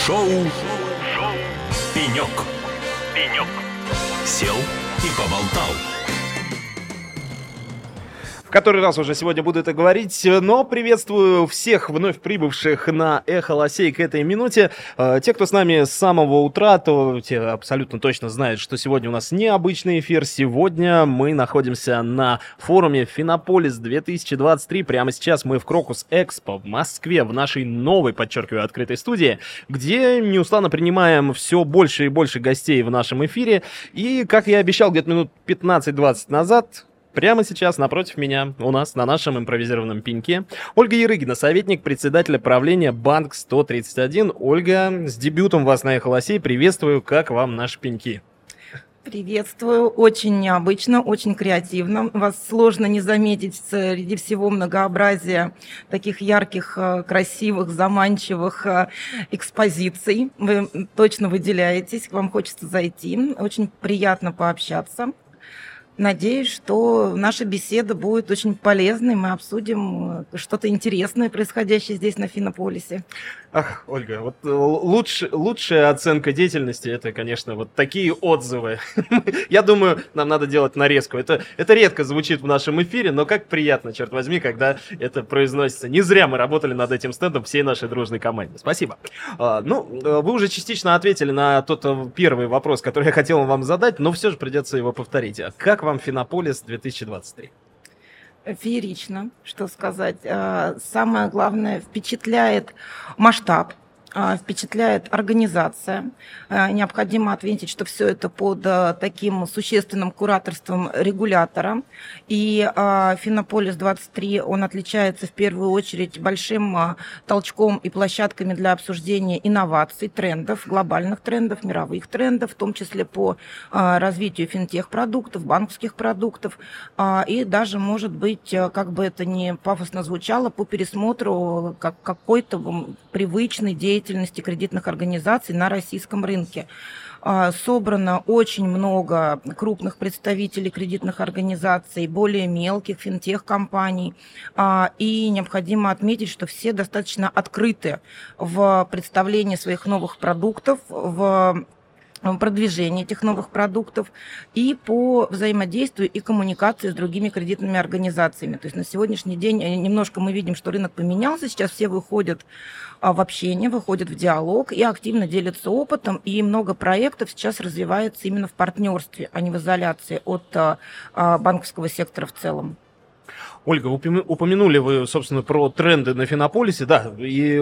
Шоу «Пенек». Сел и поболтал. В который раз уже сегодня буду это говорить, но приветствую всех вновь прибывших на Эхо Лосей к этой минуте. Те, кто с нами с самого утра, то те абсолютно точно знают, что сегодня у нас необычный эфир. Сегодня мы находимся на форуме Финополис 2023. Прямо сейчас мы в Крокус Экспо в Москве, в нашей новой, подчеркиваю, открытой студии, где неустанно принимаем все больше и больше гостей в нашем эфире. И, как я обещал где-то минут 15-20 назад, прямо сейчас напротив меня, у нас на нашем импровизированном пеньке, Ольга Ярыгина, советник председателя правления Банк 131. Ольга, с дебютом вас на Эхо Лосей. Приветствую, как вам наши пеньки? Приветствую, очень необычно, очень креативно. Вас сложно не заметить среди всего многообразия таких ярких, красивых, заманчивых экспозиций. Вы точно выделяетесь, к вам хочется зайти. Очень приятно пообщаться. Надеюсь, что наша беседа будет очень полезной. Мы обсудим что-то интересное, происходящее здесь на Финополисе. Ах, Ольга, вот лучшая оценка деятельности — это, конечно, вот такие отзывы. Я думаю, нам надо делать нарезку. Это редко звучит в нашем эфире, но как приятно, черт возьми, когда это произносится. Не зря мы работали над этим стендом всей нашей дружной команде. Спасибо. Вы уже частично ответили на тот первый вопрос, который я хотел вам задать, но все же придется его повторить. Как вам Финополис 2023? Феерично, что сказать. Самое главное, впечатляет масштаб, впечатляет организация. Необходимо отметить, что все это под таким существенным кураторством регулятора. И Финополис 23, он отличается в первую очередь большим толчком и площадками для обсуждения инноваций, трендов, глобальных трендов, мировых трендов, в том числе по развитию финтех-продуктов, банковских продуктов. И даже, может быть, как бы это ни пафосно звучало, по пересмотру какой-то привычной деятельности кредитных организаций на российском рынке. Собрано очень много крупных представителей кредитных организаций, более мелких финтех-компаний. И необходимо отметить, что все достаточно открыты в представлении своих новых продуктов, в продвижение этих новых продуктов и по взаимодействию и коммуникации с другими кредитными организациями. То есть на сегодняшний день немножко мы видим, что рынок поменялся, сейчас все выходят в общение, выходят в диалог и активно делятся опытом, и много проектов сейчас развивается именно в партнерстве, а не в изоляции от банковского сектора в целом. Ольга, упомянули вы, собственно, про тренды на Финополисе, да, и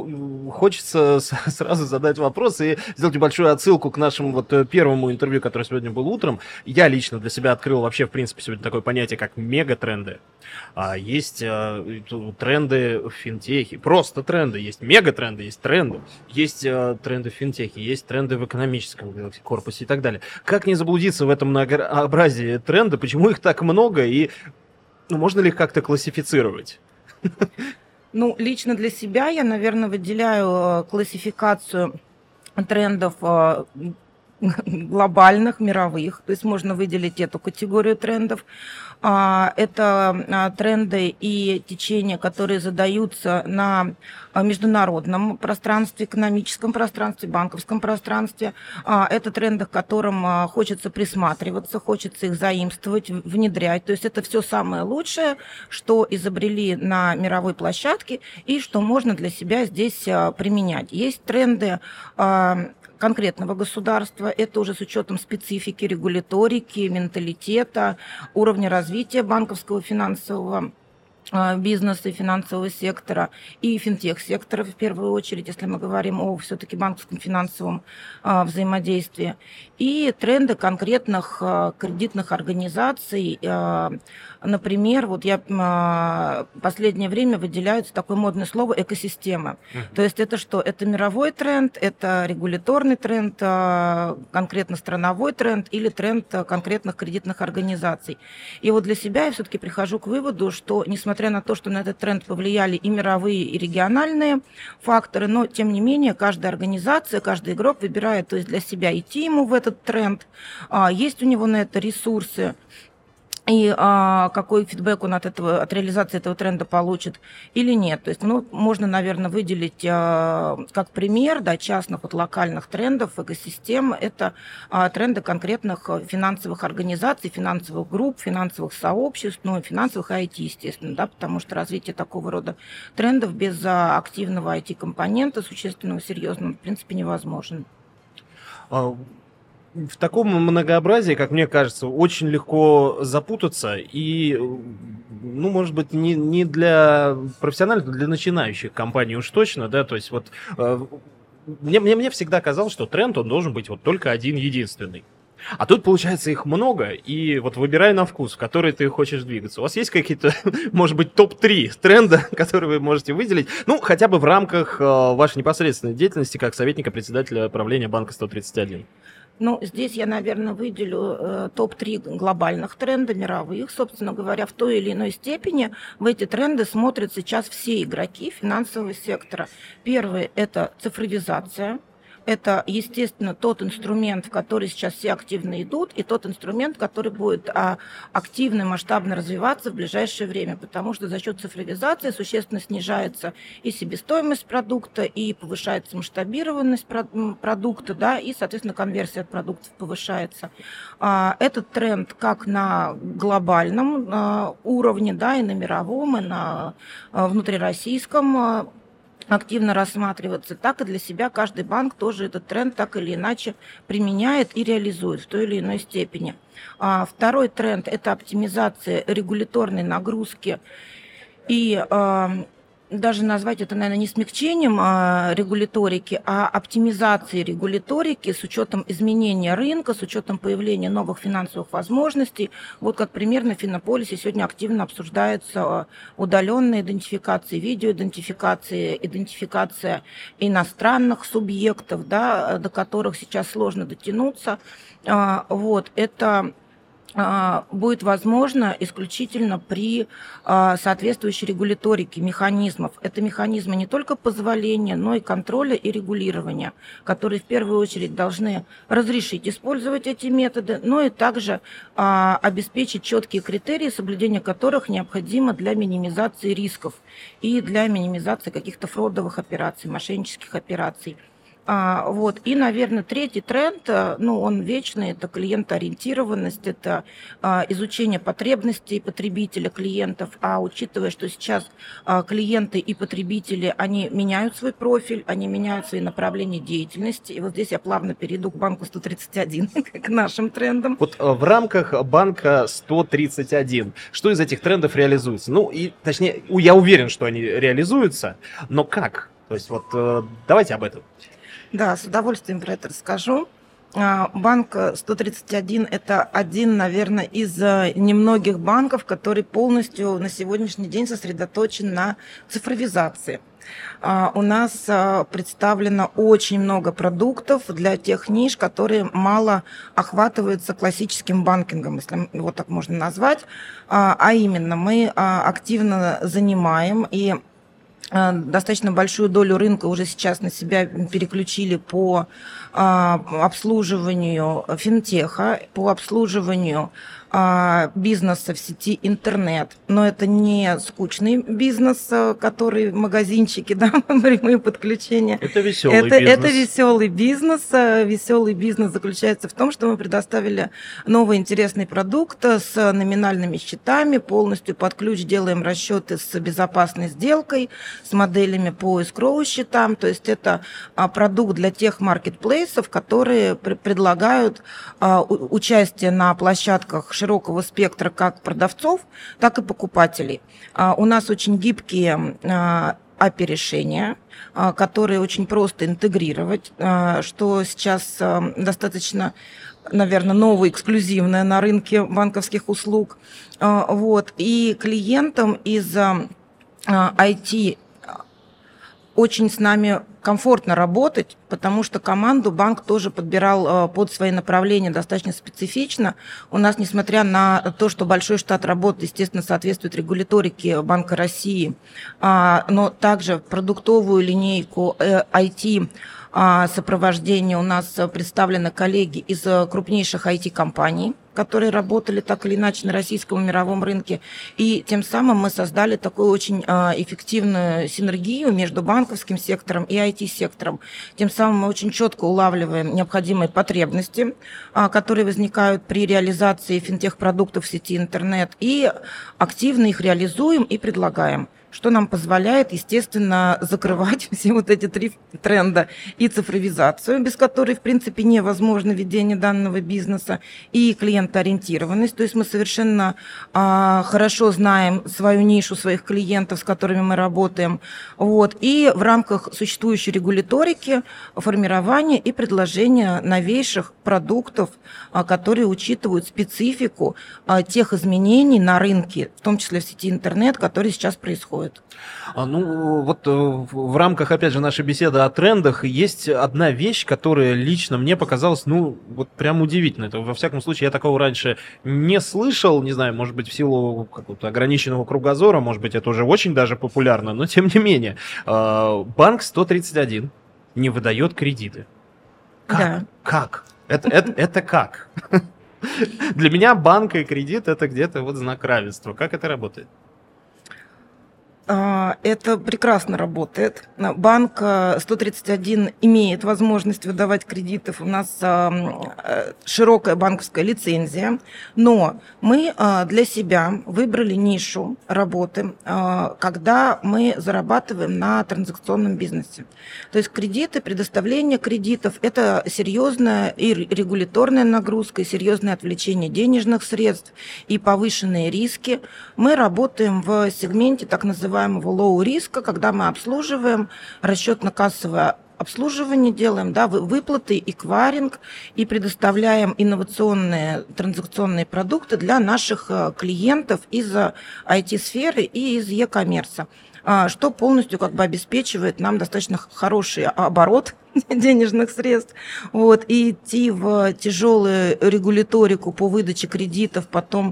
хочется сразу задать вопрос и сделать небольшую отсылку к нашему вот первому интервью, которое сегодня было утром. Я лично для себя открыл вообще, в принципе, сегодня такое понятие, как мегатренды. Есть тренды в финтехе, просто тренды, есть мегатренды, есть тренды в финтехе, есть тренды в экономическом корпусе и так далее. Как не заблудиться в этом многообразии трендов, почему их так много и можно ли их как-то классифицировать? Лично для себя я, наверное, выделяю классификацию трендов глобальных, мировых. То есть можно выделить эту категорию трендов. Это тренды и течения, которые задаются на международном пространстве, экономическом пространстве, банковском пространстве. Это тренды, к которым хочется присматриваться, хочется их заимствовать, внедрять. То есть это все самое лучшее, что изобрели на мировой площадке и что можно для себя здесь применять. Есть тренды конкретного государства, это уже с учетом специфики, регуляторики, менталитета, уровня развития банковского финансового бизнеса и финансового сектора и финтех-сектора в первую очередь, если мы говорим о все-таки банковском финансовом взаимодействии, и тренды конкретных кредитных организаций. Например, вот я последнее время выделяется такое модное слово экосистемы. То есть это что? Это мировой тренд, это регуляторный тренд, конкретно страновой тренд или тренд конкретных кредитных организаций. И вот для себя я все-таки прихожу к выводу, что несмотря на то, что на этот тренд повлияли и мировые, и региональные факторы, но тем не менее каждая организация, каждый игрок выбирает, то есть для себя идти ему в этот тренд, есть у него на это ресурсы. и какой фидбэк он от реализации этого тренда получит или нет. То есть, можно, наверное, выделить как пример, да, частных локальных трендов, экосистем. Это тренды конкретных финансовых организаций, финансовых групп, финансовых сообществ, финансовых IT, естественно, да, потому что развитие такого рода трендов без активного IT-компонента, существенного, серьезного, в принципе, невозможно. В таком многообразии, как мне кажется, очень легко запутаться и, может быть, не для профессиональных, но для начинающих компаний уж точно, да, то есть вот мне всегда казалось, что тренд, он должен быть вот только один единственный. А тут, получается, их много, и вот выбирай на вкус, в который ты хочешь двигаться. У вас есть какие-то, может быть, топ-3 тренда, которые вы можете выделить, хотя бы в рамках вашей непосредственной деятельности как советника председателя правления банка 131? Здесь я, наверное, выделю топ-3 глобальных тренда, мировых, собственно говоря, в той или иной степени в эти тренды смотрят сейчас все игроки финансового сектора. Первый – это цифровизация. Это, естественно, тот инструмент, в который сейчас все активно идут, и тот инструмент, который будет активно и масштабно развиваться в ближайшее время, потому что за счет цифровизации существенно снижается и себестоимость продукта, и повышается масштабированность продукта, да, и, соответственно, конверсия от продуктов повышается. Этот тренд как на глобальном уровне, да, и на мировом, и на внутрироссийском активно рассматриваться, так и для себя каждый банк тоже этот тренд так или иначе применяет и реализует в той или иной степени. Второй тренд – это оптимизация регуляторной нагрузки и даже назвать это, наверное, не смягчением регуляторики, а оптимизацией регуляторики с учетом изменения рынка, с учетом появления новых финансовых возможностей. Вот как пример на Финополисе сегодня активно обсуждается удаленная идентификация, видеоидентификация, идентификация иностранных субъектов, да, до которых сейчас сложно дотянуться. Это будет возможно исключительно при соответствующей регуляторике механизмов. Это механизмы не только позволения, но и контроля и регулирования, которые в первую очередь должны разрешить использовать эти методы, но и также обеспечить четкие критерии, соблюдение которых необходимо для минимизации рисков и для минимизации каких-то фродовых операций, мошеннических операций. И, наверное, третий тренд, он вечный, это клиентоориентированность, это изучение потребностей потребителя, клиентов, учитывая, что сейчас клиенты и потребители, они меняют свой профиль, они меняют свои направления деятельности, и вот здесь я плавно перейду к банку 131, к нашим трендам. Вот в рамках банка 131, что из этих трендов реализуется? Точнее, я уверен, что они реализуются, но как? То есть давайте об этом. Да, с удовольствием про это расскажу. Банк 131 – это один, наверное, из немногих банков, который полностью на сегодняшний день сосредоточен на цифровизации. У нас представлено очень много продуктов для тех ниш, которые мало охватываются классическим банкингом, если его так можно назвать. А именно, мы активно занимаем и достаточно большую долю рынка уже сейчас на себя переключили по обслуживанию финтеха, по обслуживанию бизнеса в сети интернет. Но это не скучный бизнес, который магазинчики, да, прямые подключения. Это веселый бизнес. Это веселый бизнес. Веселый бизнес заключается в том, что мы предоставили новый интересный продукт с номинальными счетами, полностью под ключ делаем расчеты с безопасной сделкой, с моделями по escrow счетам. То есть это продукт для тех маркетплейсов, которые предлагают участие на площадках широкого спектра как продавцов, так и покупателей. У нас очень гибкие API-решения, которые очень просто интегрировать, что сейчас достаточно, наверное, новое, эксклюзивное на рынке банковских услуг. И клиентам из IT очень с нами комфортно работать, потому что команду банк тоже подбирал под свои направления достаточно специфично. У нас, несмотря на то, что большой штат работы, естественно, соответствует регуляторике Банка России, но также продуктовую линейку IT сопровождения у нас представлены коллеги из крупнейших IT-компаний. которые работали так или иначе на российском и мировом рынке. И тем самым мы создали такую очень эффективную синергию между банковским сектором и IT-сектором. Тем самым мы очень четко улавливаем необходимые потребности, которые возникают при реализации финтех-продуктов в сети интернет, и активно их реализуем и предлагаем, что нам позволяет, естественно, закрывать все вот эти три тренда: и цифровизацию, без которой, в принципе, невозможно ведение данного бизнеса, и клиентоориентированность, то есть мы совершенно хорошо знаем свою нишу, своих клиентов, с которыми мы работаем, вот, и в рамках существующей регуляторики формирование и предложение новейших продуктов, которые учитывают специфику тех изменений на рынке, в том числе в сети интернет, которые сейчас происходят. Ну, вот в рамках, опять же, нашей беседы о трендах есть одна вещь, которая лично мне показалась, ну, вот прям удивительно. Это, во всяком случае, я такого раньше не слышал, не знаю, может быть, в силу какого-то ограниченного кругозора, может быть, это уже очень даже популярно, но тем не менее. Банк 131 не выдает кредиты. Как? Да. Как? Это как? Для меня банк и кредит — это где-то вот знак равенства. Как это работает? Это прекрасно работает. Банк 131 имеет возможность выдавать кредитов. У нас широкая банковская лицензия, но мы для себя выбрали нишу работы, когда мы зарабатываем на транзакционном бизнесе. То есть кредиты, предоставление кредитов – это серьезная и регуляторная нагрузка, и серьезное отвлечение денежных средств, и повышенные риски. Мы работаем в сегменте так называемого лоу-риска, когда мы обслуживаем расчетно-кассовое обслуживание, делаем, да, выплаты, эквайринг, и предоставляем инновационные транзакционные продукты для наших клиентов из IT-сферы и из e-коммерса, что полностью как бы обеспечивает нам достаточно хороший оборот денежных средств, вот, и идти в тяжелую регуляторику по выдаче кредитов, потом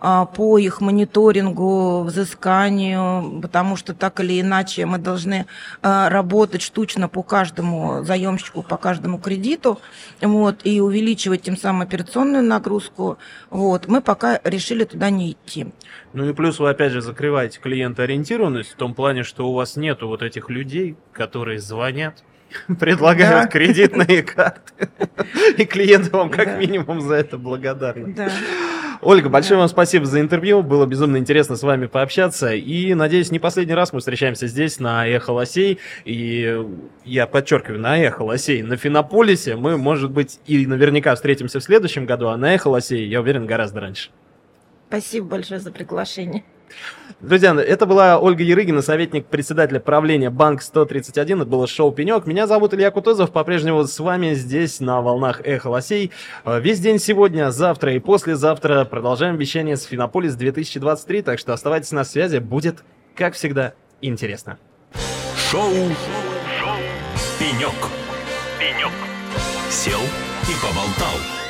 по их мониторингу, взысканию, потому что так или иначе мы должны работать штучно по каждому заемщику, по каждому кредиту, вот, и увеличивать тем самым операционную нагрузку. Вот, мы пока решили туда не идти. Ну и плюс вы опять же закрываете клиентоориентированность в том плане, что у вас нету вот этих людей, которые звонят, предлагают кредитные карты, и клиенты вам как минимум за это благодарны. Да. Ольга, большое вам спасибо за интервью, было безумно интересно с вами пообщаться, и, надеюсь, не последний раз мы встречаемся здесь, на Эхо Лосей, и я подчеркиваю, на Эхо Лосей, на Финополисе, мы, может быть, и наверняка встретимся в следующем году, а на Эхо Лосей, я уверен, гораздо раньше. Спасибо большое за приглашение. Друзья, это была Ольга Ярыгина, советник председателя правления Банк 131. Это было шоу «Пенек». Меня зовут Илья Кутузов. По-прежнему с вами здесь, на волнах Эхо Лосей. Весь день сегодня, завтра и послезавтра продолжаем вещание с Финополис 2023. Так что оставайтесь на связи. Будет, как всегда, интересно. Шоу «Пенек». Сел и поболтал.